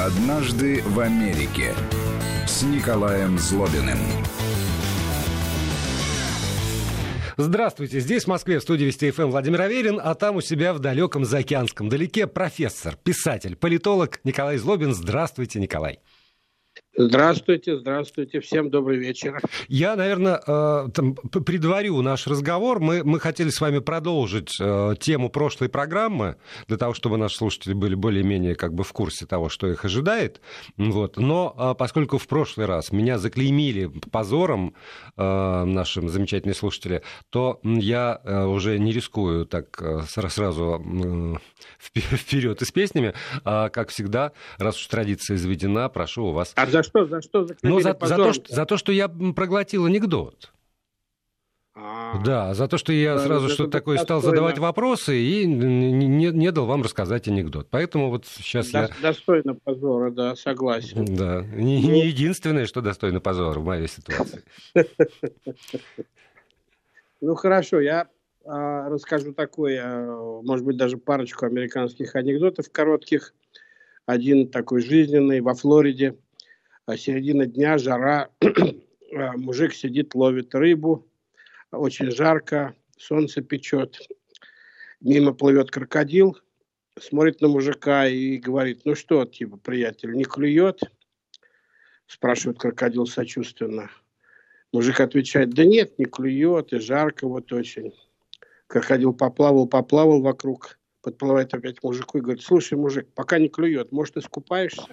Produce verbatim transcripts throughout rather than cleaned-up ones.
«Однажды в Америке» с Николаем Злобиным. Здравствуйте, здесь в Москве, в студии Вести эф эм Владимир Аверин, а там у себя в далеком заокеанском далеке профессор, писатель, политолог Николай Злобин. Здравствуйте, Николай. Здравствуйте, здравствуйте, всем добрый вечер. Я, наверное, э, там, предварю наш разговор. Мы, мы хотели с вами продолжить э, тему прошлой программы, для того, чтобы наши слушатели были более-менее как бы в курсе того, что их ожидает. Вот. Но э, поскольку в прошлый раз меня заклеймили позором э, наши замечательные слушатели, то я э, уже не рискую так э, сразу э, вперед и с песнями. А, как всегда, раз уж традиция заведена, прошу у вас... А за что, за что Ну, за, за, то, что, за то, что я проглотил анекдот. А, да, за то, что я сразу что-то такое стал задавать вопросы и не, не, не дал вам рассказать анекдот. Поэтому вот сейчас До, я... Достойно позора, да, согласен. Да, не, не единственное, что достойно позора в моей ситуации. Ну, хорошо, я расскажу такой, может быть, даже парочку американских анекдотов коротких. Один такой жизненный во Флориде. Середина дня, жара, мужик сидит, ловит рыбу, очень жарко, солнце печет. Мимо плывет крокодил, смотрит на мужика и говорит: ну что, типа, приятель, не клюет? Спрашивает крокодил сочувственно. Мужик отвечает: да нет, не клюет, и жарко вот очень. Крокодил поплавал, поплавал вокруг, подплывает опять к мужику и говорит: слушай, мужик, пока не клюет, может, искупаешься?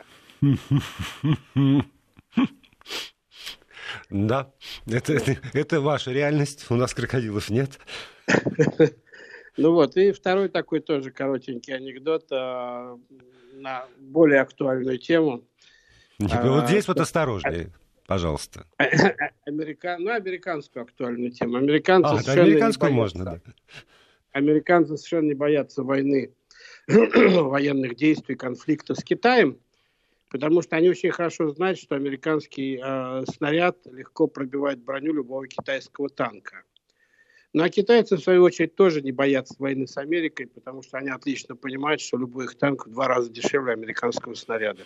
Да, это, это, это ваша реальность, у нас крокодилов нет. Ну вот, и второй такой тоже коротенький анекдот а, на более актуальную тему. Вот здесь а, вот осторожнее, пожалуйста. Америка... Ну, американскую актуальную тему. Американцы а, американскую можно, да. Американцы совершенно не боятся войны, военных действий, конфликта с Китаем. Потому что они очень хорошо знают, что американский э, снаряд легко пробивает броню любого китайского танка. Ну а китайцы, в свою очередь, тоже не боятся войны с Америкой, потому что они отлично понимают, что любой их танк в два раза дешевле американского снаряда.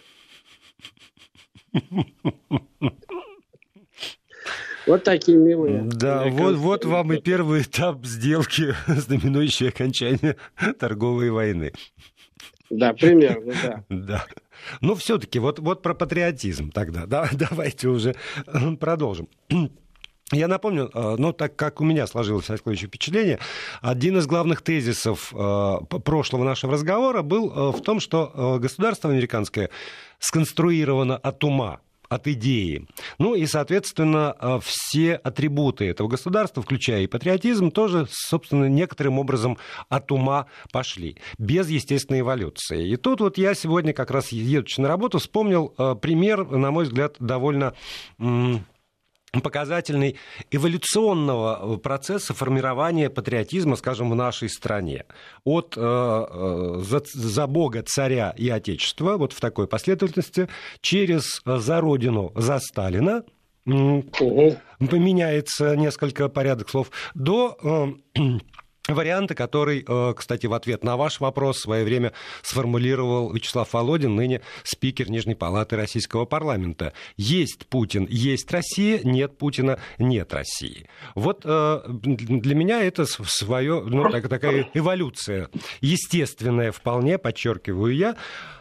Вот такие милые. Да, вот, вот вам и первый этап сделки, знаменующий окончание торговой войны. Да, примерно, да. Да. Ну, все-таки вот, вот про патриотизм тогда. Да, давайте уже продолжим. Я напомню, ну, так как у меня сложилось такое впечатление, один из главных тезисов прошлого нашего разговора был в том, что государство американское сконструировано от ума, от идеи. Ну и, соответственно, все атрибуты этого государства, включая и патриотизм, тоже, собственно, некоторым образом от ума пошли, без естественной эволюции. И тут вот я сегодня, как раз едучи на работу, вспомнил пример, на мой взгляд, довольно показательный эволюционного процесса формирования патриотизма, скажем, в нашей стране. От э, за, за Бога, царя и Отечества, вот в такой последовательности, через за Родину, за Сталина, угу. Поменяется несколько порядок слов, до... Э, варианта, который, кстати, в ответ на ваш вопрос в свое время сформулировал Вячеслав Володин, ныне спикер Нижней палаты Российского парламента. Есть Путин, есть Россия, нет Путина, нет России. Вот для меня это свое, ну, такая эволюция, естественная вполне, подчеркиваю я.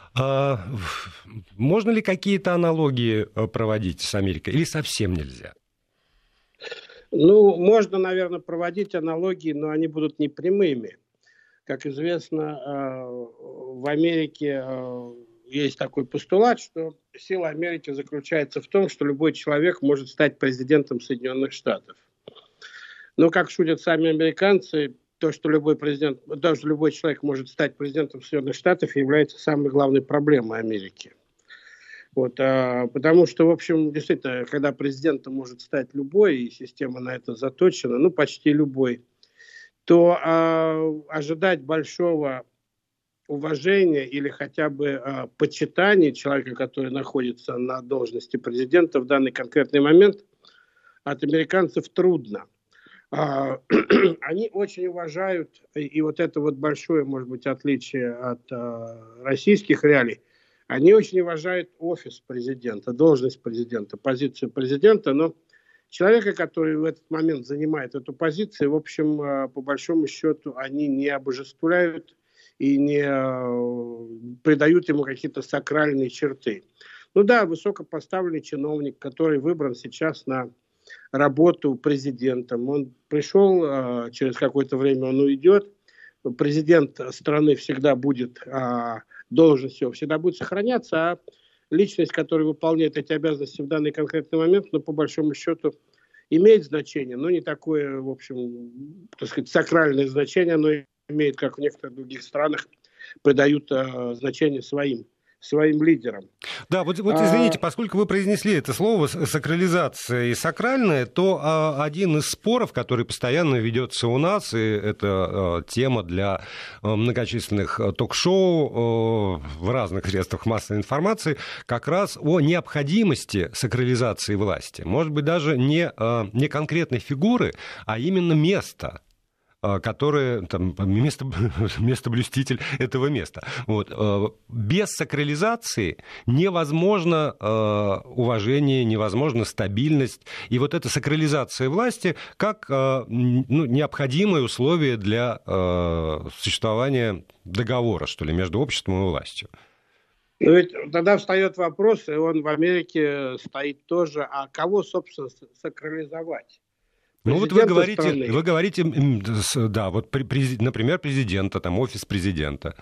Можно ли какие-то аналогии проводить с Америкой или совсем нельзя? Ну, можно, наверное, проводить аналогии, но они будут непрямыми. Как известно, в Америке есть такой постулат, что сила Америки заключается в том, что любой человек может стать президентом Соединенных Штатов. Но, как шутят сами американцы, то, что любой президент, даже любой человек может стать президентом Соединенных Штатов, является самой главной проблемой Америки. Вот, а, потому что, в общем, действительно, когда президентом может стать любой, и система на это заточена, ну, почти любой, то а, ожидать большого уважения или хотя бы а, почитания человека, который находится на должности президента в данный конкретный момент, от американцев трудно. А, они очень уважают, и вот это вот большое, может быть, отличие от а, российских реалий, Они очень уважают офис президента, должность президента, позицию президента, но человека, который в этот момент занимает эту позицию, в общем, по большому счету, они не обожествляют и не придают ему какие-то сакральные черты. Ну да, высокопоставленный чиновник, который выбран сейчас на работу президентом, он пришел, через какое-то время он уйдет, президент страны всегда будет, должность его всегда будет сохраняться, а личность, которая выполняет эти обязанности в данный конкретный момент, ну, по большому счету, имеет значение, но не такое, в общем, так сказать, сакральное значение, оно имеет, как в некоторых других странах, придают э, значение своим, своим лидерам. Да, вот, вот извините, а... поскольку вы произнесли это слово сакрализация и сакральное, то а, один из споров, который постоянно ведется у нас, и это а, тема для а, многочисленных а, ток-шоу а, в разных средствах массовой информации, как раз о необходимости сакрализации власти. Может быть, даже не, а, не конкретной фигуры, а именно места, которые, там, место, место блюститель этого места. Вот. Без сакрализации невозможно уважение, невозможно стабильность. И вот эта сакрализация власти как ну, необходимое условие для существования договора, что ли, между обществом и властью. Но ведь тогда встает вопрос, и он в Америке стоит тоже, а кого, собственно, сакрализовать? Ну вот вы говорите, вы говорите, да, вот, например, президента, там, офис президента.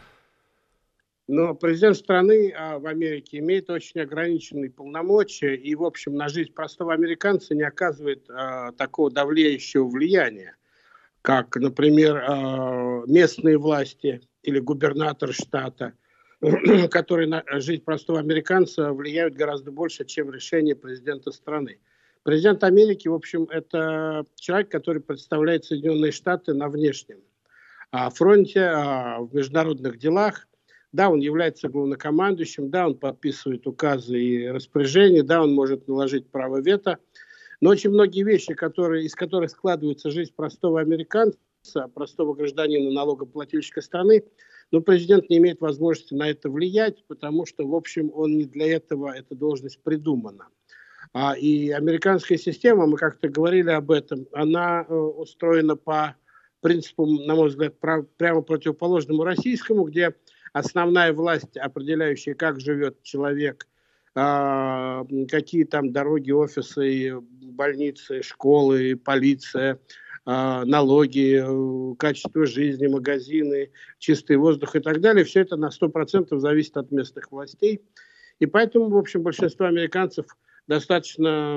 Но президент страны а, в Америке имеет очень ограниченные полномочия и, в общем, на жизнь простого американца не оказывает а, такого давлеющего влияния, как, например, а, местные власти или губернатор штата, которые на жизнь простого американца влияют гораздо больше, чем решение президента страны. Президент Америки, в общем, это человек, который представляет Соединенные Штаты на внешнем фронте, в международных делах. Да, он является главнокомандующим, да, он подписывает указы и распоряжения, да, он может наложить право вето. Но очень многие вещи, которые, из которых складывается жизнь простого американца, простого гражданина, налогоплательщика страны, но президент не имеет возможности на это влиять, потому что, в общем, он не для этого, эта должность придумана. А, и американская система, мы как-то говорили об этом, она э, устроена по принципу, на мой взгляд, прав, прямо противоположному российскому, где основная власть, определяющая, как живет человек, э, какие там дороги, офисы, больницы, школы, полиция, э, налоги, э, качество жизни, магазины, чистый воздух и так далее, все это на сто процентов зависит от местных властей. И поэтому, в общем, большинство американцев достаточно,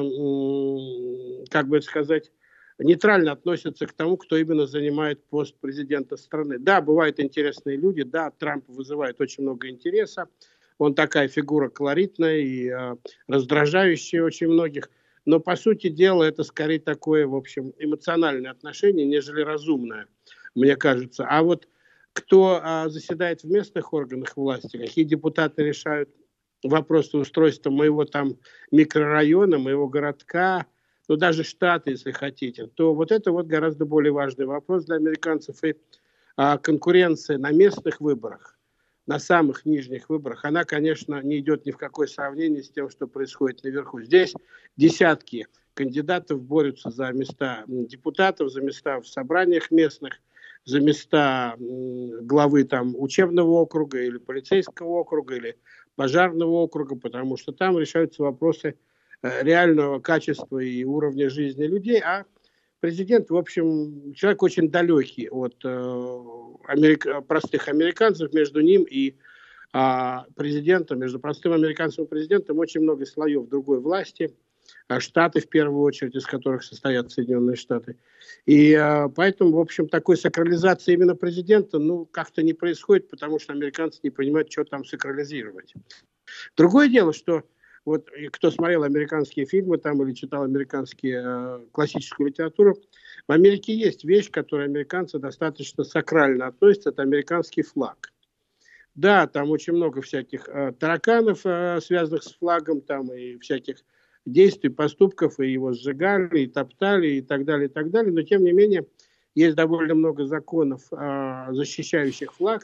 как бы это сказать, нейтрально относятся к тому, кто именно занимает пост президента страны. Да, бывают интересные люди, да, Трамп вызывает очень много интереса, он такая фигура колоритная и э, раздражающая очень многих, но, по сути дела, это скорее такое, в общем, эмоциональное отношение, нежели разумное, мне кажется. А вот кто э, заседает в местных органах власти, какие депутаты решают вопросы устройства моего там микрорайона, моего городка, ну даже штата, если хотите, то вот это вот гораздо более важный вопрос для американцев. И а, конкуренция на местных выборах, на самых нижних выборах, она, конечно, не идет ни в какое сравнение с тем, что происходит наверху. Здесь десятки кандидатов борются за места депутатов, за места в собраниях местных, за места главы там учебного округа или полицейского округа или пожарного округа, потому что там решаются вопросы реального качества и уровня жизни людей, а президент, в общем, человек очень далекий от э, америка- простых американцев, между ним и э, президентом, между простым американцем и президентом очень много слоев другой власти, Штаты в первую очередь, из которых состоят Соединенные Штаты. И э, поэтому, в общем, такой сакрализации именно президента, ну, как-то не происходит, потому что американцы не понимают, что там сакрализировать. Другое дело, что вот кто смотрел американские фильмы там или читал американские э, классическую литературу, в Америке есть вещь, к которой американцы достаточно сакрально относятся, это американский флаг. Да, там очень много всяких э, тараканов, э, связанных с флагом, там и всяких действий, поступков, и его сжигали, и топтали, и так далее, и так далее. Но, тем не менее, есть довольно много законов, э, защищающих флаг.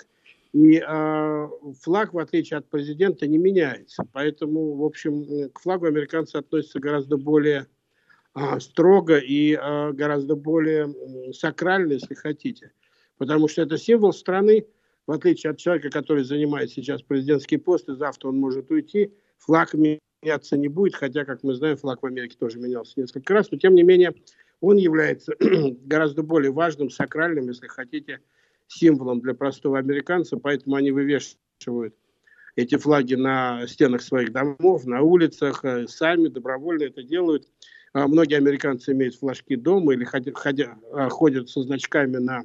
И э, флаг, в отличие от президента, не меняется. Поэтому, в общем, к флагу американцы относятся гораздо более э, строго и э, гораздо более э, сакрально, если хотите. Потому что это символ страны, в отличие от человека, который занимает сейчас президентский пост, и завтра он может уйти, флаг меняться не будет, хотя, как мы знаем, флаг в Америке тоже менялся несколько раз, но тем не менее он является гораздо более важным, сакральным, если хотите, символом для простого американца, поэтому они вывешивают эти флаги на стенах своих домов, на улицах, сами добровольно это делают. Многие американцы имеют флажки дома или ходят, ходят со значками на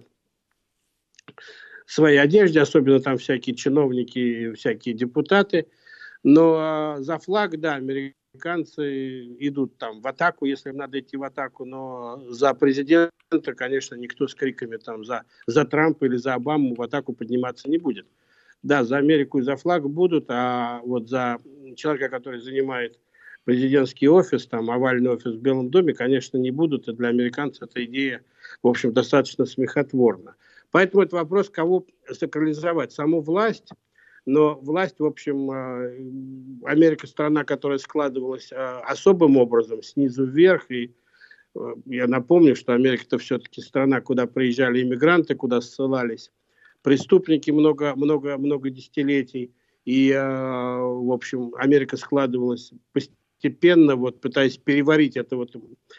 своей одежде, особенно там всякие чиновники, всякие депутаты. Но за флаг, да, американцы идут там в атаку, если им надо идти в атаку, но за президента, конечно, никто с криками там за, за Трампа или за Обаму в атаку подниматься не будет. Да, за Америку и за флаг будут, а вот за человека, который занимает президентский офис, там овальный офис в Белом доме, конечно, не будут, и для американцев эта идея, в общем, достаточно смехотворна. Поэтому это вопрос, кого сакрализовать, саму власть. Но власть, в общем, Америка страна, которая складывалась особым образом, снизу вверх. И я напомню, что Америка это все-таки страна, куда приезжали иммигранты, куда ссылались преступники много, много, много десятилетий. И, в общем, Америка складывалась постепенно, вот, пытаясь переварить это вот,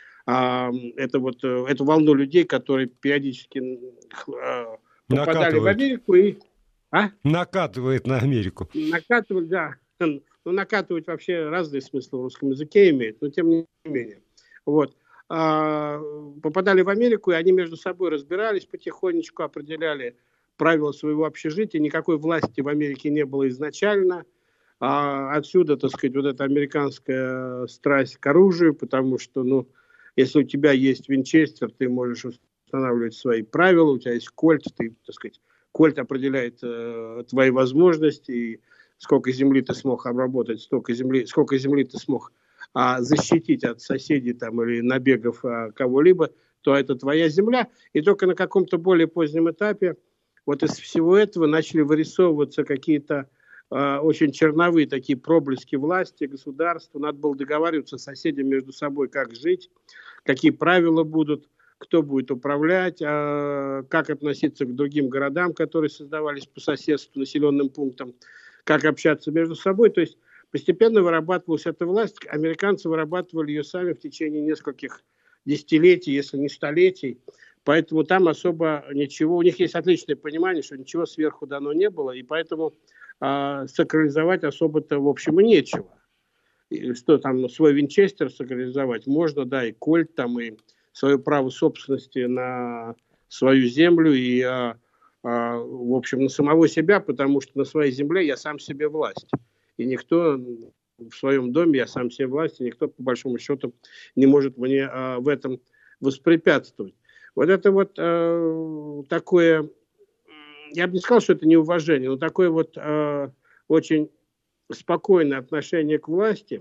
это вот, эту волну людей, которые периодически попадали в Америку и А? Накатывает на Америку. Накатывать, да. Ну, накатывать вообще разные смыслы в русском языке имеет, но тем не менее. Вот. А, попадали в Америку, и они между собой разбирались потихонечку, определяли правила своего общежития. Никакой власти в Америке не было изначально. А, отсюда, так сказать, вот эта американская страсть к оружию, потому что, ну, если у тебя есть винчестер, ты можешь устанавливать свои правила, у тебя есть кольт, ты, так сказать, Кольт определяет э, твои возможности, и сколько земли ты смог обработать, столько земли, сколько земли ты смог а, защитить от соседей там, или набегов а, кого-либо, то это твоя земля. И только на каком-то более позднем этапе вот из всего этого начали вырисовываться какие-то а, очень черновые такие проблески власти, государства. Надо было договариваться с соседями между собой, как жить, какие правила будут, кто будет управлять, как относиться к другим городам, которые создавались по соседству, населенным пунктам, как общаться между собой. То есть постепенно вырабатывалась эта власть. Американцы вырабатывали ее сами в течение нескольких десятилетий, если не столетий. Поэтому там особо ничего, у них есть отличное понимание, что ничего сверху дано не было, и поэтому э, сакрализовать особо-то, в общем, и нечего. И что там, свой винчестер сакрализовать можно, да, и кольт там, и свое право собственности на свою землю и, а, а, в общем, на самого себя, потому что на своей земле я сам себе власть. И никто в своем доме, я сам себе власть, и никто, по большому счету, не может мне а, в этом воспрепятствовать. Вот это вот а, такое, я бы не сказал, что это неуважение, но такое вот а, очень спокойное отношение к власти,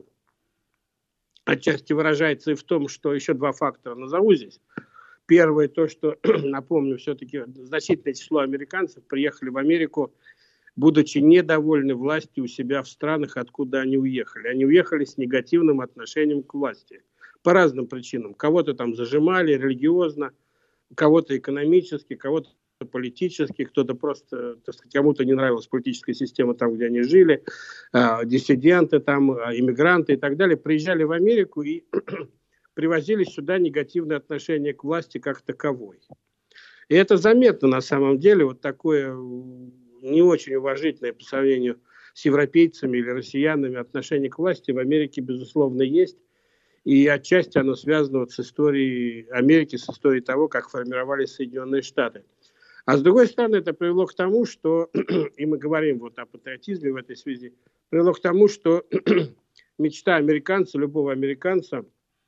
отчасти выражается и в том, что еще два фактора назову здесь. Первое, то, что, напомню, все-таки значительное число американцев приехали в Америку, будучи недовольны властью у себя в странах, откуда они уехали. Они уехали с негативным отношением к власти. По разным причинам. Кого-то там зажимали религиозно, кого-то экономически, кого-то политически, кто-то просто, так сказать, кому-то не нравилась политическая система там, где они жили, э, диссиденты, там, э, иммигранты и так далее, приезжали в Америку и привозили сюда негативное отношение к власти как таковой. И это заметно на самом деле, вот такое не очень уважительное по сравнению с европейцами или россиянами отношение к власти в Америке, безусловно, есть. И отчасти оно связано вот с историей Америки, с историей того, как формировались Соединенные Штаты. А с другой стороны, это привело к тому, что, и мы говорим вот о патриотизме в этой связи, привело к тому, что мечта американца, любого американца,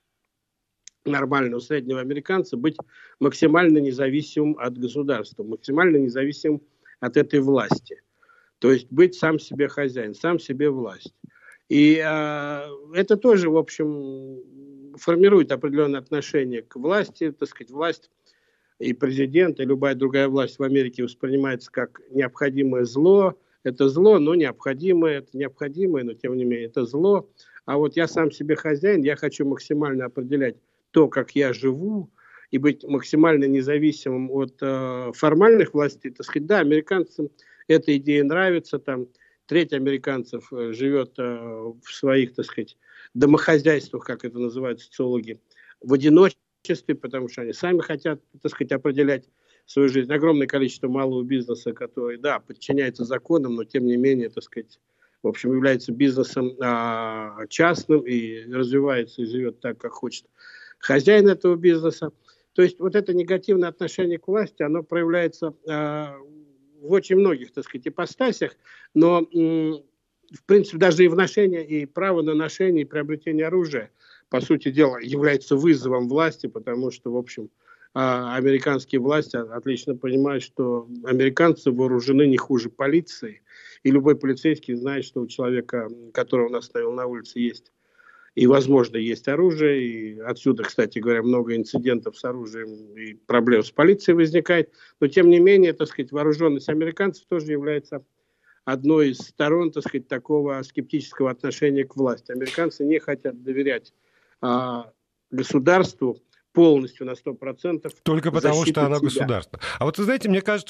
нормального среднего американца, быть максимально независимым от государства, максимально независимым от этой власти. То есть быть сам себе хозяин, сам себе власть. И э, это тоже, в общем, формирует определенное отношение к власти, так сказать, власть и президент, и любая другая власть в Америке воспринимается как необходимое зло. Это зло, но необходимое, это необходимое, но тем не менее это зло. А вот я сам себе хозяин, я хочу максимально определять то, как я живу, и быть максимально независимым от э, формальных властей. Так сказать, да, американцам эта идея нравится, там треть американцев э, живет э, в своих, так сказать, домохозяйствах, как это называют социологи, в одиночестве, потому что они сами хотят, так сказать, определять свою жизнь. Огромное количество малого бизнеса, который, да, подчиняется законам, но тем не менее, так сказать, в общем, является бизнесом а, частным и развивается и живет так, как хочет хозяин этого бизнеса. То есть вот это негативное отношение к власти, оно проявляется а, в очень многих, так сказать, ипостасях, но, м, в принципе, даже и в ношении, и право на ношение, и приобретение оружия, по сути дела, является вызовом власти, потому что, в общем, американские власти отлично понимают, что американцы вооружены не хуже полиции, и любой полицейский знает, что у человека, которого он оставил на улице, есть и, возможно, есть оружие, и отсюда, кстати говоря, много инцидентов с оружием и проблем с полицией возникает, но, тем не менее, так сказать, вооруженность американцев тоже является одной из сторон, так сказать, такого скептического отношения к власти. Американцы не хотят доверять а, государству полностью на сто процентов. Только потому, что оно себя. Государство. А вот вы знаете, мне кажется,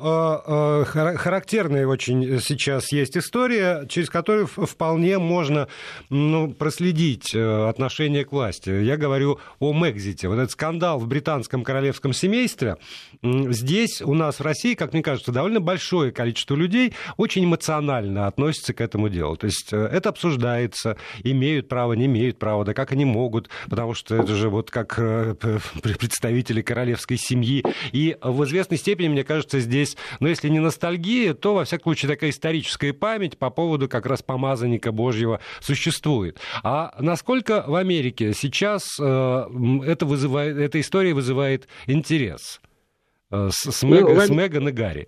что э, э, характерная очень сейчас есть история, через которую вполне можно ну, проследить э, отношение к власти. Я говорю о Мэгзите. Вот этот скандал в британском королевском семействе. Здесь у нас в России, как мне кажется, довольно большое количество людей очень эмоционально относятся к этому делу. То есть э, это обсуждается, имеют право, не имеют права, да как они могут, потому что это же вот как... Э, представители королевской семьи. И в известной степени, мне кажется, здесь, ну, если не ностальгия, то, во всяком случае, такая историческая память по поводу как раз помазанника Божьего существует. А насколько в Америке сейчас э, это вызывает, эта история вызывает интерес э, с, с, Мэг, ну, с Меган и Гарри?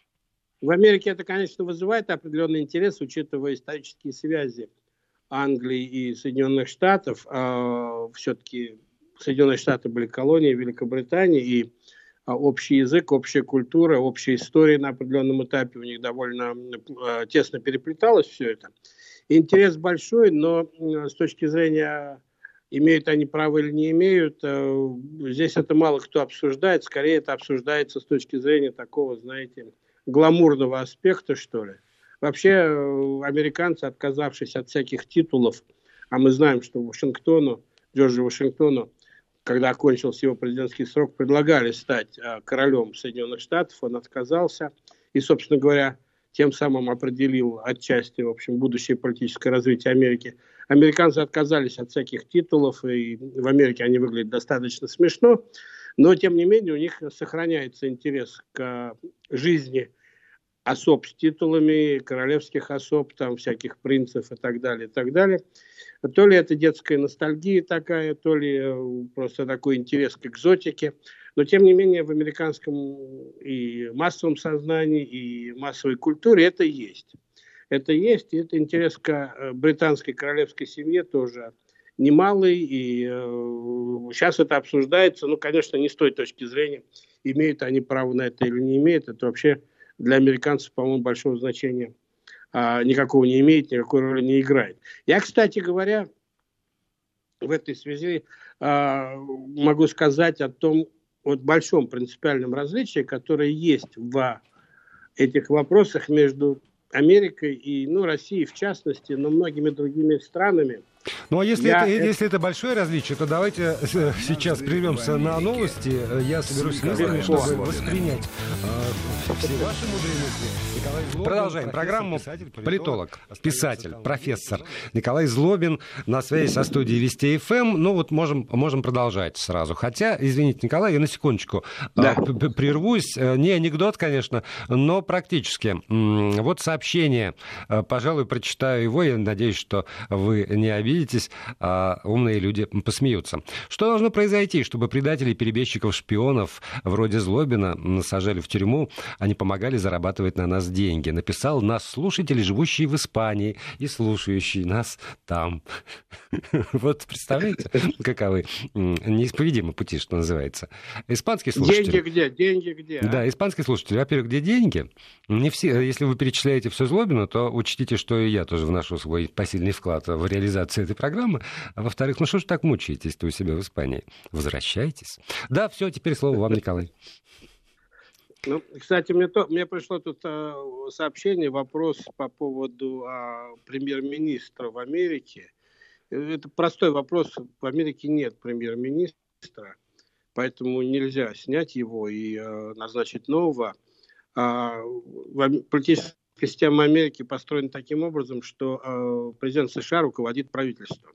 В Америке это, конечно, вызывает определенный интерес, учитывая исторические связи Англии и Соединенных Штатов. Э, все-таки Соединенные Штаты были колонией Великобритании, и а, общий язык, общая культура, общая история на определенном этапе у них довольно а, тесно переплеталось все это. И интерес большой, но а, с точки зрения, имеют они право или не имеют, а, здесь это мало кто обсуждает, скорее это обсуждается с точки зрения такого, знаете, гламурного аспекта, что ли. Вообще, американцы, отказавшись от всяких титулов, а мы знаем, что Вашингтону, Джорджу Вашингтону, когда окончился его президентский срок, предлагали стать а, королем Соединенных Штатов, он отказался и, собственно говоря, тем самым определил отчасти, в общем, будущее политическое развитие Америки. Американцы отказались от всяких титулов, и в Америке они выглядят достаточно смешно, но, тем не менее, у них сохраняется интерес к жизни особ с титулами, королевских особ, там, всяких принцев и так далее, и так далее. То ли это детская ностальгия такая, то ли просто такой интерес к экзотике. Но, тем не менее, в американском и массовом сознании, и массовой культуре это есть. Это есть, и это интерес к британской королевской семье тоже немалый. И э, сейчас это обсуждается, ну, конечно, не с той точки зрения, имеют они право на это или не имеют. Это вообще для американцев, по-моему, большого значения а, никакого не имеет, никакой роли не играет. Я, кстати говоря, в этой связи а, могу сказать о том вот большом принципиальном различии, которое есть в этих вопросах между Америкой и, ну, Россией в частности, но многими другими странами. Ну, а если, это, это... если это большое различие, то давайте сейчас прервемся на новости. Я соберусь с мыслями, чтобы воспринять э, все ваши мудрые мысли. Николай Злобин. Продолжаем программу. Писатель, политолог, писатель, профессор Николай Злобин на связи со студией Вести эф эм. Ну, вот можем, можем продолжать сразу. Хотя, извините, Николай, я на секундочку да. э, прервусь. Не анекдот, конечно, но практически. Вот сообщение. Пожалуй, прочитаю его. Я надеюсь, что вы не обидитесь. А умные люди посмеются. Что должно произойти, чтобы предателей, перебежчиков, шпионов вроде Злобина сажали в тюрьму, а не помогали зарабатывать на нас деньги? деньги», написал наш слушатель, живущий в Испании и слушающий нас там. Вот представляете, каковы неисповедимы пути, что называется. Испанский слушатель. Деньги где? Деньги где? А? Да, испанский слушатель. Во-первых, где деньги? Не все, если вы перечисляете все Злобину, то учтите, что и я тоже вношу свой посильный вклад в реализацию этой программы. А во-вторых, ну что ж так мучаетесь-то у себя в Испании? Возвращайтесь. Да, все, теперь слово вам, Николай. Ну, кстати, мне, то, мне пришло тут а, сообщение, вопрос по поводу а, премьер-министра в Америке. Это простой вопрос. В Америке нет премьер-министра, поэтому нельзя снять его и а, назначить нового. А, в, политическая система Америки построена таким образом, что а, президент США руководит правительством.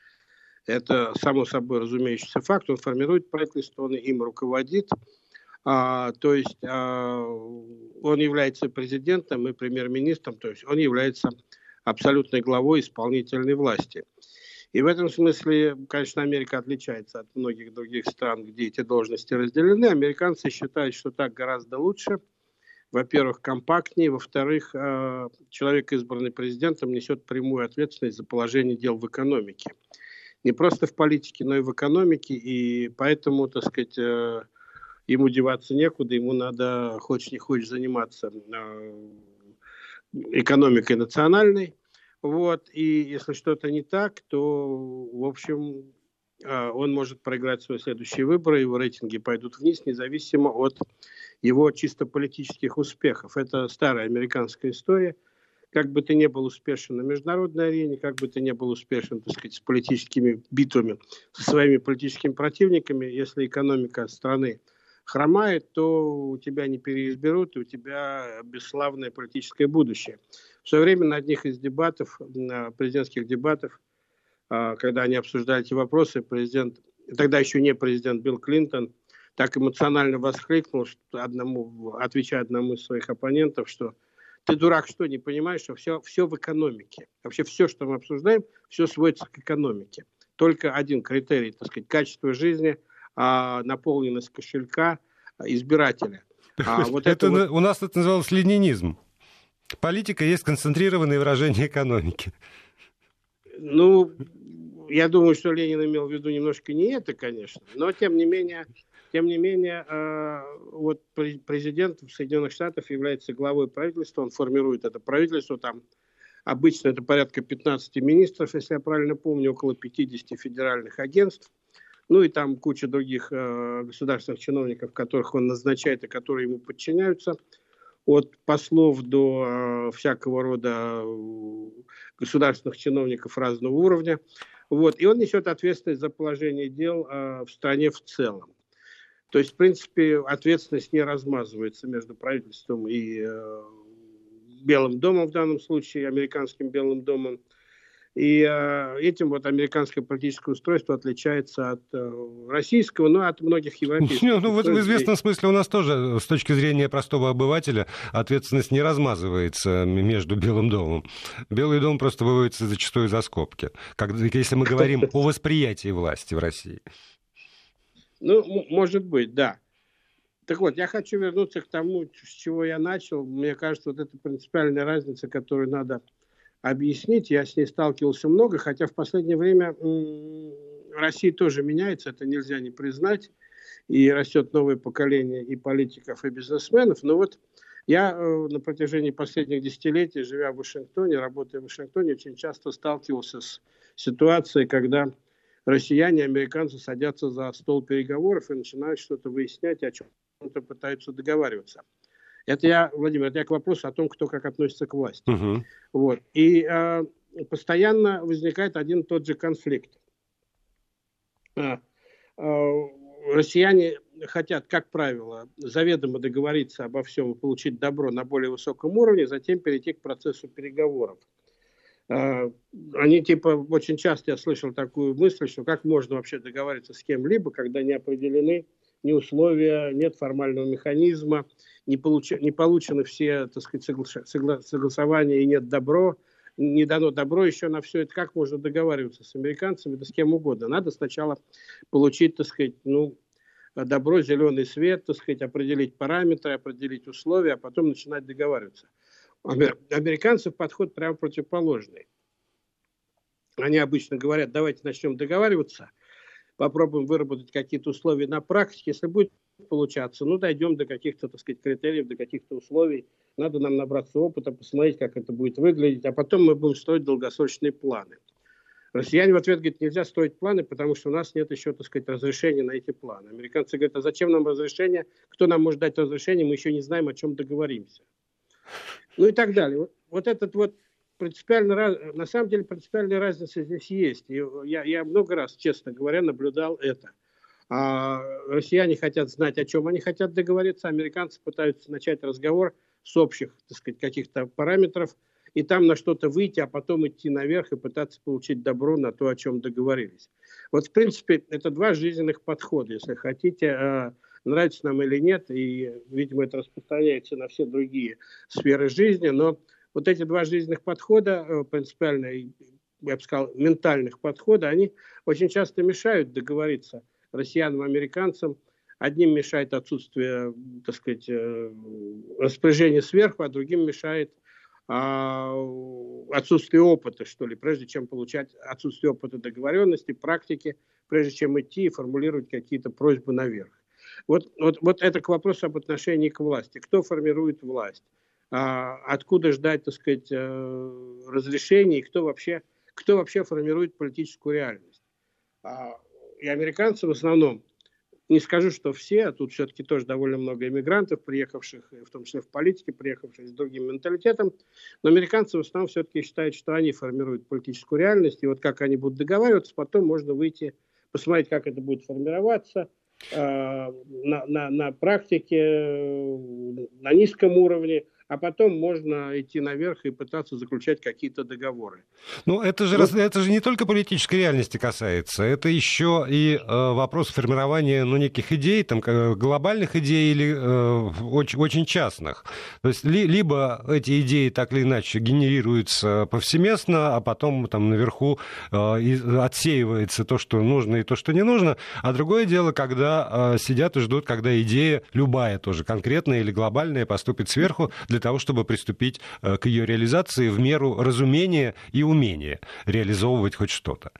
Это само собой разумеющийся факт. Он формирует правительство, он им руководит. А, то есть а, он является президентом и премьер-министром, то есть он является абсолютной главой исполнительной власти. И в этом смысле, конечно, Америка отличается от многих других стран, где эти должности разделены. Американцы считают, что так гораздо лучше. Во-первых, компактнее. Во-вторых, а, человек, избранный президентом, несет прямую ответственность за положение дел в экономике. Не просто в политике, но и в экономике. И поэтому, так сказать, ему деваться некуда, ему надо, хочешь не хочешь, заниматься э, экономикой национальной. Вот. И если что-то не так, то, в общем, э, он может проиграть свои следующие выборы, его рейтинги пойдут вниз, независимо от его чисто политических успехов. Это старая американская история. Как бы ты ни был успешен на международной арене, как бы ты ни был успешен, так сказать, с политическими битвами, со своими политическими противниками, если экономика страны хромает, то у тебя не переизберут, и у тебя бесславное политическое будущее. В свое время на одних из дебатов, на президентских дебатов, когда они обсуждали эти вопросы, президент, тогда еще не президент Билл Клинтон, так эмоционально воскликнул, что одному, отвечая одному из своих оппонентов, что ты, дурак, что, не понимаешь, что все, все в экономике. Вообще все, что мы обсуждаем, все сводится к экономике. Только один критерий, так сказать, качество жизни, наполненность кошелька избирателя. А вот это это вот... У нас это называлось ленинизм. Политика есть концентрированное выражение экономики. Ну, я думаю, что Ленин имел в виду немножко не это, конечно, но тем не менее, тем не менее, вот президент Соединенных Штатов является главой правительства, он формирует это правительство, там обычно это порядка пятнадцати министров, если я правильно помню, около пятидесяти федеральных агентств. Ну и там куча других э, государственных чиновников, которых он назначает и которые ему подчиняются. От послов до э, всякого рода э, государственных чиновников разного уровня. Вот. И он несет ответственность за положение дел э, в стране в целом. То есть, в принципе, ответственность не размазывается между правительством и э, Белым домом, в данном случае, американским Белым домом. И э, этим вот американское политическое устройство отличается от э, российского, но от многих европейских. Ну, вот в известном смысле у нас тоже, с точки зрения простого обывателя, ответственность не размазывается между Белым домом. Белый дом просто выводится зачастую за скобки, как, если мы говорим о восприятии власти в России. Ну, может быть, да. Так вот, я хочу вернуться к тому, с чего я начал. Мне кажется, вот это принципиальная разница, которую надо объяснить. Я с ней сталкивался много, хотя в последнее время м- Россия тоже меняется, это нельзя не признать. И растет новое поколение и политиков, и бизнесменов. Но вот я э, на протяжении последних десятилетий, живя в Вашингтоне, работая в Вашингтоне, очень часто сталкивался с ситуацией, когда россияне, американцы садятся за стол переговоров и начинают что-то выяснять, о чем-то пытаются договариваться. Это я, Владимир, это я к вопросу о том, кто как относится к власти. Uh-huh. Вот. И э, постоянно возникает один и тот же конфликт. Э, э, россияне хотят, как правило, заведомо договориться обо всем и получить добро на более высоком уровне, затем перейти к процессу переговоров. Э, они типа, очень часто я слышал такую мысль, что как можно вообще договориться с кем-либо, когда не определены ни условия, нет формального механизма, не, получ... не получены все, так сказать, согла... Согла... согласования и нет добро, не дано добро еще на все это. Как можно договариваться с американцами, да с кем угодно? Надо сначала получить, так сказать, ну, добро, зеленый свет, так сказать, определить параметры, определить условия, а потом начинать договариваться. У американцев подход прямо противоположный. Они обычно говорят, давайте начнем договариваться, попробуем выработать какие-то условия на практике. Если будет получаться, ну, дойдем до каких-то, так сказать, критериев, до каких-то условий. Надо нам набраться опыта, посмотреть, как это будет выглядеть, а потом мы будем строить долгосрочные планы. Россияне в ответ говорят, нельзя строить планы, потому что у нас нет еще, так сказать, разрешения на эти планы. Американцы говорят, а зачем нам разрешение? Кто нам может дать разрешение? Мы еще не знаем, о чем договоримся. Ну и так далее. Вот, вот этот вот принципиально, на самом деле принципиальная разница здесь есть. И я, я много раз, честно говоря, наблюдал это. А россияне хотят знать, о чем они хотят договориться, американцы пытаются начать разговор с общих, так сказать, каких-то параметров, и там на что-то выйти, а потом идти наверх и пытаться получить добро на то, о чем договорились. Вот, в принципе, это два жизненных подхода, если хотите, нравится нам или нет, и, видимо, это распространяется на все другие сферы жизни, но вот эти два жизненных подхода, принципиально, я бы сказал, ментальных подхода, они очень часто мешают договориться россиянам, американцам. Одним мешает отсутствие, так сказать, распоряжения сверху, а другим мешает а, отсутствие опыта, что ли, прежде чем получать отсутствие опыта договоренности, практики, прежде чем идти и формулировать какие-то просьбы наверх. Вот, вот, вот это к вопросу об отношении к власти. Кто формирует власть? А, откуда ждать, так сказать, разрешений? Кто вообще, кто вообще формирует политическую реальность? А, и американцы в основном, не скажу, что все, а тут все-таки тоже довольно много иммигрантов, приехавших, в том числе в политике, приехавших с другим менталитетом, но американцы в основном все-таки считают, что они формируют политическую реальность, и вот как они будут договариваться, потом можно выйти, посмотреть, как это будет формироваться э, на, на, на практике, на низком уровне, а потом можно идти наверх и пытаться заключать какие-то договоры. Ну, это же, вот. это же не только политической реальности касается, это еще и э, вопрос формирования ну, неких идей, там, глобальных идей или э, очень, очень частных. То есть ли, либо эти идеи так или иначе генерируются повсеместно, а потом там наверху э, отсеивается то, что нужно и то, что не нужно, а другое дело, когда э, сидят и ждут, когда идея, любая тоже, конкретная или глобальная, поступит сверху, для того, чтобы приступить к ее реализации в меру разумения и умения реализовывать хоть что-то.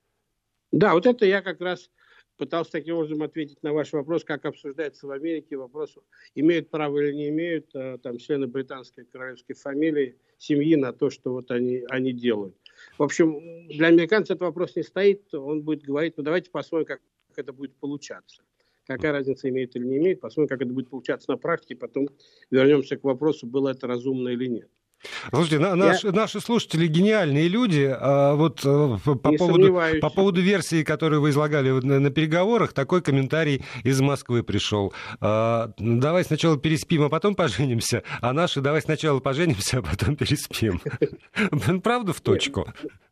Да, вот это я как раз пытался таким образом ответить на ваш вопрос, как обсуждается в Америке вопрос, имеют право или не имеют там члены британской королевской фамилии, семьи на то, что вот они, они делают. В общем, для американцев этот вопрос не стоит, он будет говорить, ну давайте посмотрим, как это будет получаться. Какая разница, имеет или не имеет, посмотрим, как это будет получаться на практике, потом вернемся к вопросу, было это разумно или нет. Слушайте, на, наш, Я... наши слушатели гениальные люди. А вот по поводу, по поводу версии, которую вы излагали на, на переговорах, такой комментарий из Москвы пришел. А, давай сначала переспим, а потом поженимся, а наши давай сначала поженимся, а потом переспим. Правда в точку?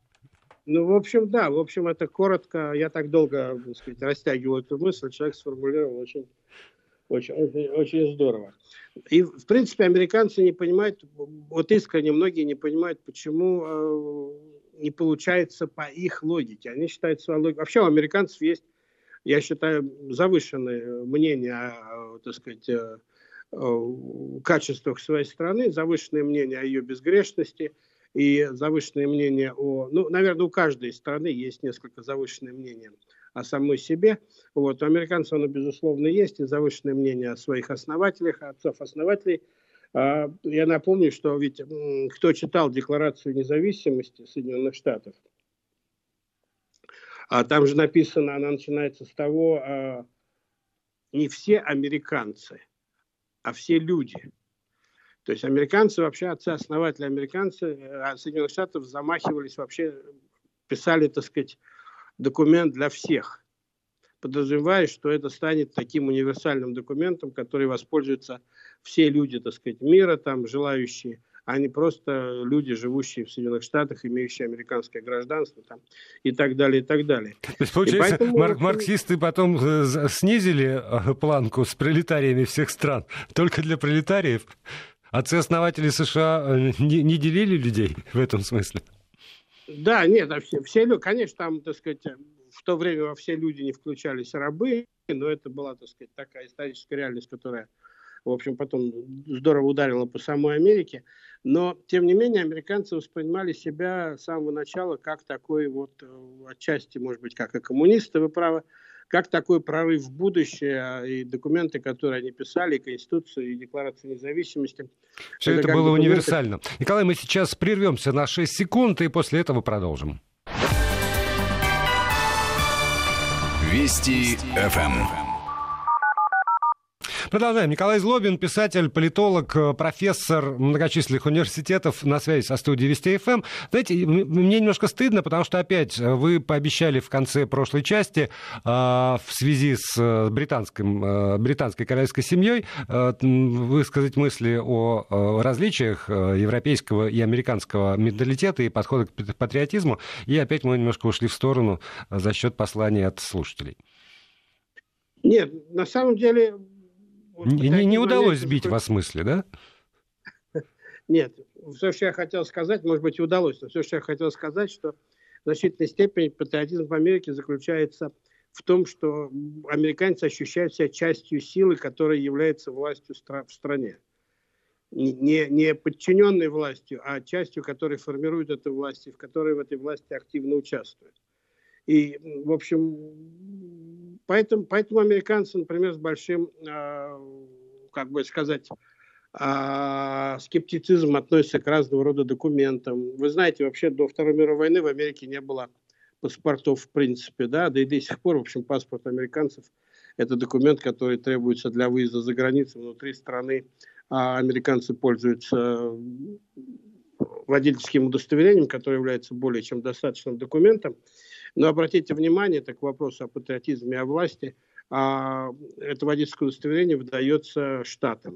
Ну, в общем, да, в общем, это коротко, я так долго, так сказать, растягиваю эту мысль, человек сформулировал очень, очень, очень, очень здорово. И, в принципе, американцы не понимают, вот искренне многие не понимают, почему э, не получается по их логике. Они считают свою логику. Вообще у американцев есть, я считаю, завышенное мнение о, так сказать, о, о качествах своей страны, завышенное мнение о ее безгрешности, и завышенное мнение о... Ну, наверное, у каждой страны есть несколько завышенное мнение о самой себе. Вот. У американцев оно, безусловно, есть, и завышенное мнение о своих основателях, отцов-основателей. Я напомню, что ведь кто читал Декларацию независимости Соединенных Штатов, там же написано, она начинается с того, не все американцы, а все люди. То есть американцы, вообще отцы-основатели американцы, Соединенных Штатов замахивались вообще, писали, так сказать, документ для всех, подразумевая, что это станет таким универсальным документом, который воспользуются все люди, так сказать, мира, там, желающие, а не просто люди, живущие в Соединенных Штатах, имеющие американское гражданство, там, и так далее, и так далее. То есть, получается, поэтому... мар- марксисты потом снизили планку с пролетариями всех стран только для пролетариев? Отцы-основатели США не, не делили людей в этом смысле? Да, нет, все, все люди, конечно, там, так сказать, в то время во все люди не включались рабы, но это была, так сказать, такая историческая реальность, которая, в общем, потом здорово ударила по самой Америке. Но, тем не менее, американцы воспринимали себя с самого начала как такой вот, отчасти, может быть, как и коммунисты, вы правы, как такой прорыв в будущее, и документы, которые они писали, и Конституцию, и Декларацию независимости. Все это, это было документы... универсально. Николай, мы сейчас прервемся на шесть секунд, и после этого продолжим. Вести эф эм. Продолжаем. Николай Злобин, писатель, политолог, профессор многочисленных университетов, на связи со студией Вести эф эм. Знаете, мне немножко стыдно, потому что опять вы пообещали в конце прошлой части в связи с британским, британской королевской семьей высказать мысли о различиях европейского и американского менталитета и подхода к патриотизму. И опять мы немножко ушли в сторону за счет посланий от слушателей. Нет, на самом деле... Вот не, не удалось сбить вас с мысли, да? Нет. Все, что я хотел сказать, может быть, и удалось, но все, что я хотел сказать, что в значительной степени патриотизм в Америке заключается в том, что американцы ощущают себя частью силы, которая является властью в стране. Не, не подчиненной властью, а частью, которая формирует эту власть, и в которой в этой власти активно участвует. И, в общем, поэтому, поэтому американцы, например, с большим, э, как бы сказать, э, скептицизмом относятся к разного рода документам. Вы знаете, вообще до Второй мировой войны в Америке не было паспортов в принципе, да, да и до сих пор, в общем, паспорт американцев – это документ, который требуется для выезда за границу внутри страны, а американцы пользуются водительским удостоверением, которое является более чем достаточным документом. Но обратите внимание, так к вопросу о патриотизме и о власти, а, это водительское удостоверение выдается штатам,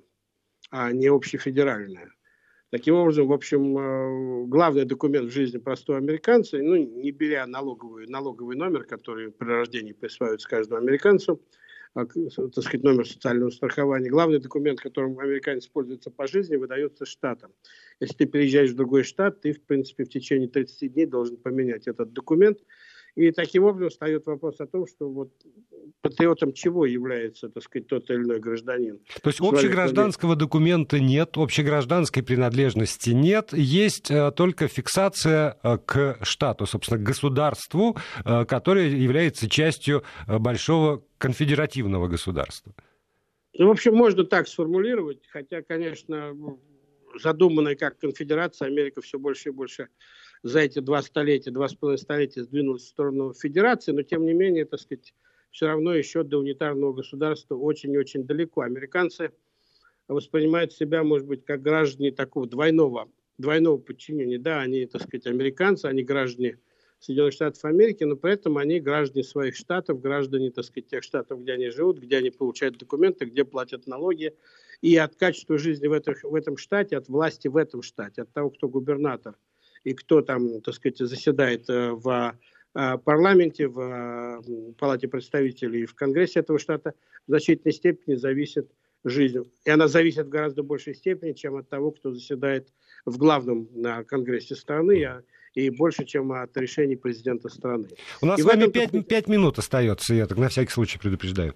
а не общефедеральное. Таким образом, в общем, главный документ в жизни простого американца, ну, не беря налоговый, налоговый номер, который при рождении присваивается каждому американцу, так сказать, номер социального страхования, главный документ, которым американец пользуется по жизни, выдается штатам. Если ты переезжаешь в другой штат, ты, в принципе, в течение тридцати дней должен поменять этот документ. И таким образом встает вопрос о том, что вот патриотом чего является, так сказать, тот или иной гражданин. То есть общегражданского документа нет, общегражданской принадлежности нет, есть э, только фиксация э, к штату, собственно, к государству, э, которое является частью э, большого конфедеративного государства. Ну, в общем, можно так сформулировать, хотя, конечно, задуманная как конфедерация, Америка все больше и больше за эти два столетия, два с половиной столетия сдвинулась в сторону федерации, но тем не менее, так сказать, все равно еще до унитарного государства очень и очень далеко. Американцы воспринимают себя, может быть, как граждане такого двойного, двойного подчинения. Да, они, так сказать, американцы, они граждане Соединенных Штатов Америки, но при этом они граждане своих штатов, граждане, так сказать, тех штатов, где они живут, где они получают документы, где платят налоги. И от качества жизни в, это, в этом штате, от власти в этом штате, от того, кто губернатор, и кто там, так сказать, заседает в парламенте, в Палате представителей и в Конгрессе этого штата, в значительной степени зависит жизнь. И она зависит в гораздо большей степени, чем от того, кто заседает в главном Конгрессе страны, и больше, чем от решений президента страны. У нас и с вами пять, пять минут остается, я так на всякий случай предупреждаю.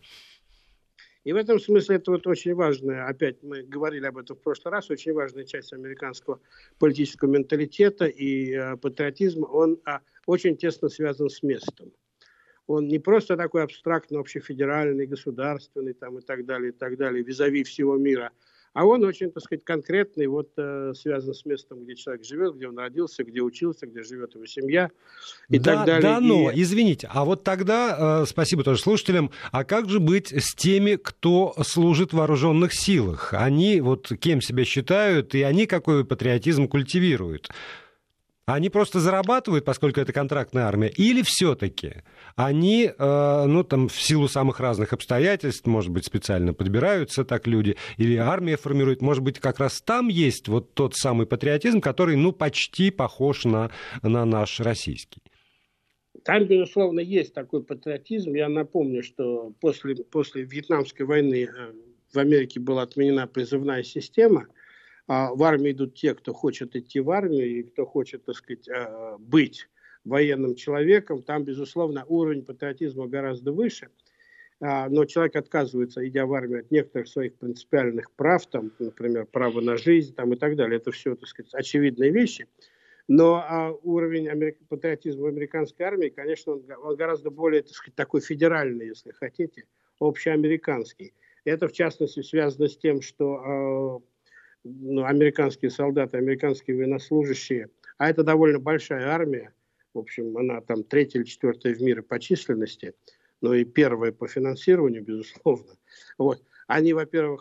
И в этом смысле это вот очень важная, опять мы говорили об этом в прошлый раз, очень важная часть американского политического менталитета и э, патриотизма, он э, очень тесно связан с местом. Он не просто такой абстрактный, общефедеральный, государственный там, и так далее, и так далее, визави всего мира, а он очень, так сказать, конкретный, вот, э, связан с местом, где человек живет, где он родился, где учился, где живет его семья и да, так далее. Да, но, и... извините, а вот тогда, э, спасибо тоже слушателям, а как же быть с теми, кто служит в вооруженных силах? Они вот кем себя считают, и они какой патриотизм культивируют? Они просто зарабатывают, поскольку это контрактная армия, или все-таки они, э, ну, там, в силу самых разных обстоятельств, может быть, специально подбираются так люди, или армия формирует, может быть, как раз там есть вот тот самый патриотизм, который, ну, почти похож на, на наш российский? Там, безусловно, есть такой патриотизм. Я напомню, что после, после Вьетнамской войны в Америке была отменена призывная система. В армию идут те, кто хочет идти в армию, и кто хочет, так сказать, быть военным человеком. Там, безусловно, уровень патриотизма гораздо выше. но человек отказывается, идя в армию, от некоторых своих принципиальных прав, там, например, право на жизнь там, и так далее. Это все, так сказать, очевидные вещи. Но а, уровень америк... патриотизма в американской армии, конечно, он, он гораздо более, так сказать, такой федеральный, если хотите, общеамериканский. Это, в частности, связано с тем, что а, ну, американские солдаты, американские военнослужащие, а это довольно большая армия, в общем, она там третья или четвертая в мире по численности, но и первая по финансированию, безусловно. Вот. Они, во-первых,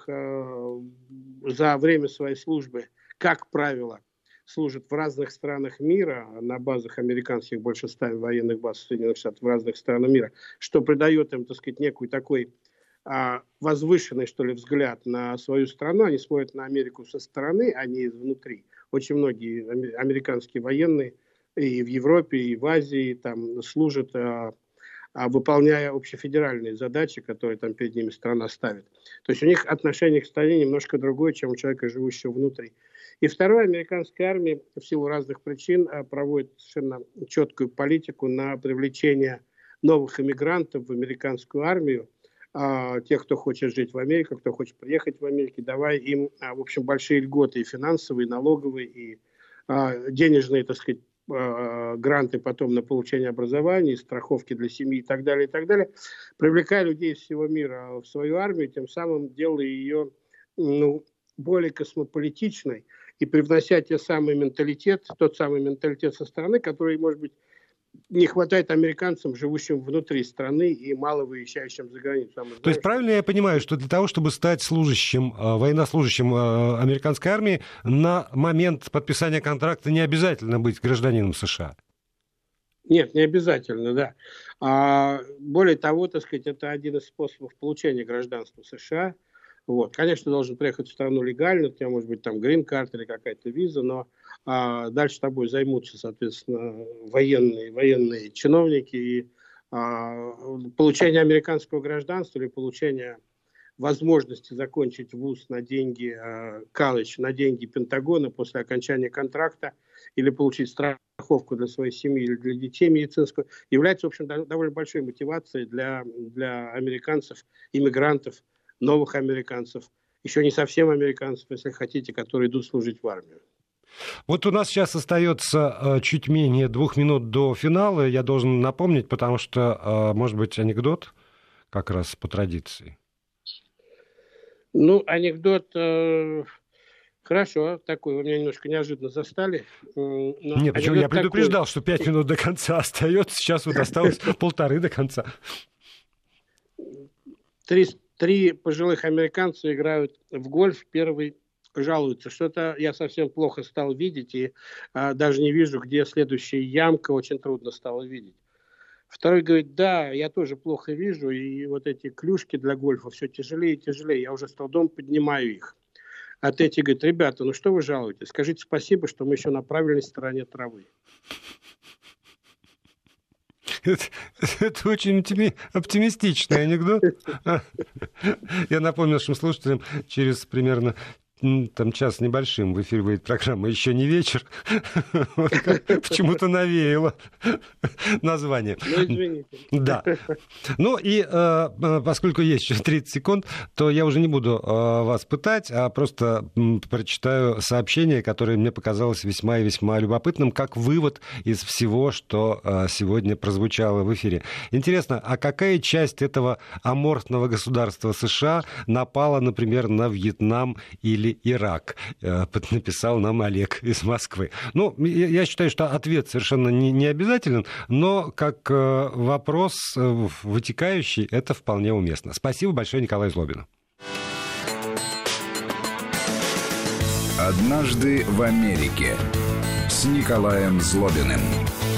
за время своей службы, как правило, служат в разных странах мира, на базах американских, больше ста военных баз Соединенных Штатов в разных странах мира, что придает им, так сказать, некий такой а, возвышенный, что ли, взгляд на свою страну. Они смотрят на Америку со стороны, а не изнутри. Очень многие американские военные и в Европе, и в Азии там служат, а, а выполняя общефедеральные задачи, которые там перед ними страна ставит. То есть у них отношение к стране немножко другое, чем у человека, живущего внутри. И второе, американская армия в силу разных причин проводит совершенно четкую политику на привлечение новых иммигрантов в американскую армию. А, тех, кто хочет жить в Америке, кто хочет приехать в Америку, давая им, а, в общем, большие льготы и финансовые, и налоговые, и а, денежные, так сказать, гранты потом на получение образования, страховки для семьи и так далее, и так далее, привлекая людей из всего мира в свою армию, тем самым делая ее ну, более космополитичной и привнося те самый менталитет, тот самый менталитет со стороны, который, может быть, не хватает американцам, живущим внутри страны и мало выезжающим за границу. А знаем, То есть правильно я понимаю, что для того, чтобы стать служащим, военнослужащим американской армии, на момент подписания контракта не обязательно быть гражданином США? Нет, не обязательно, да. А, более того, так сказать, это один из способов получения гражданства США. Вот. Конечно, должен приехать в страну легально, у тебя может быть там грин-карта или какая-то виза, но а, дальше тобой займутся, соответственно, военные, военные чиновники. И а, получение американского гражданства или получение возможности закончить вуз на деньги, а, колледж на деньги Пентагона после окончания контракта или получить страховку для своей семьи или для детей медицинскую, является, в общем, довольно большой мотивацией для, для американцев, иммигрантов, новых американцев, еще не совсем американцев, если хотите, которые идут служить в армию. Вот у нас сейчас остается чуть менее двух минут до финала. Я должен напомнить, потому что, может быть, анекдот как раз по традиции. Ну, анекдот... Э... Хорошо, такой, вы меня немножко неожиданно застали. Но Нет, почему я предупреждал, такой... что пять минут до конца остается, сейчас вот осталось полторы до конца. Три, три пожилых американца играют в гольф, первый жалуется, что-то я совсем плохо стал видеть и а, даже не вижу, где следующая ямка, очень трудно стало видеть. Второй говорит, да, я тоже плохо вижу, и вот эти клюшки для гольфа все тяжелее и тяжелее, я уже с трудом поднимаю их. А третий говорит, ребята, ну что вы жалуетесь? Скажите спасибо, что мы еще на правильной стороне травы. Это, это очень оптимистичный анекдот. Я напомню нашим слушателям, через примерно там час небольшим в эфире будет программа «Еще не вечер». Почему-то навеяло название. Ну, извините. Да. Ну и поскольку есть еще тридцать секунд, то я уже не буду вас пытать, а просто прочитаю сообщение, которое мне показалось весьма и весьма любопытным, как вывод из всего, что сегодня прозвучало в эфире. Интересно, а какая часть этого аморфного государства США напала, например, на Вьетнам или Ирак, написал нам Олег из Москвы. Ну, я считаю, что ответ совершенно не, не обязателен, но как вопрос вытекающий, это вполне уместно. Спасибо большое Николаю Злобину. «Однажды в Америке» с Николаем Злобиным.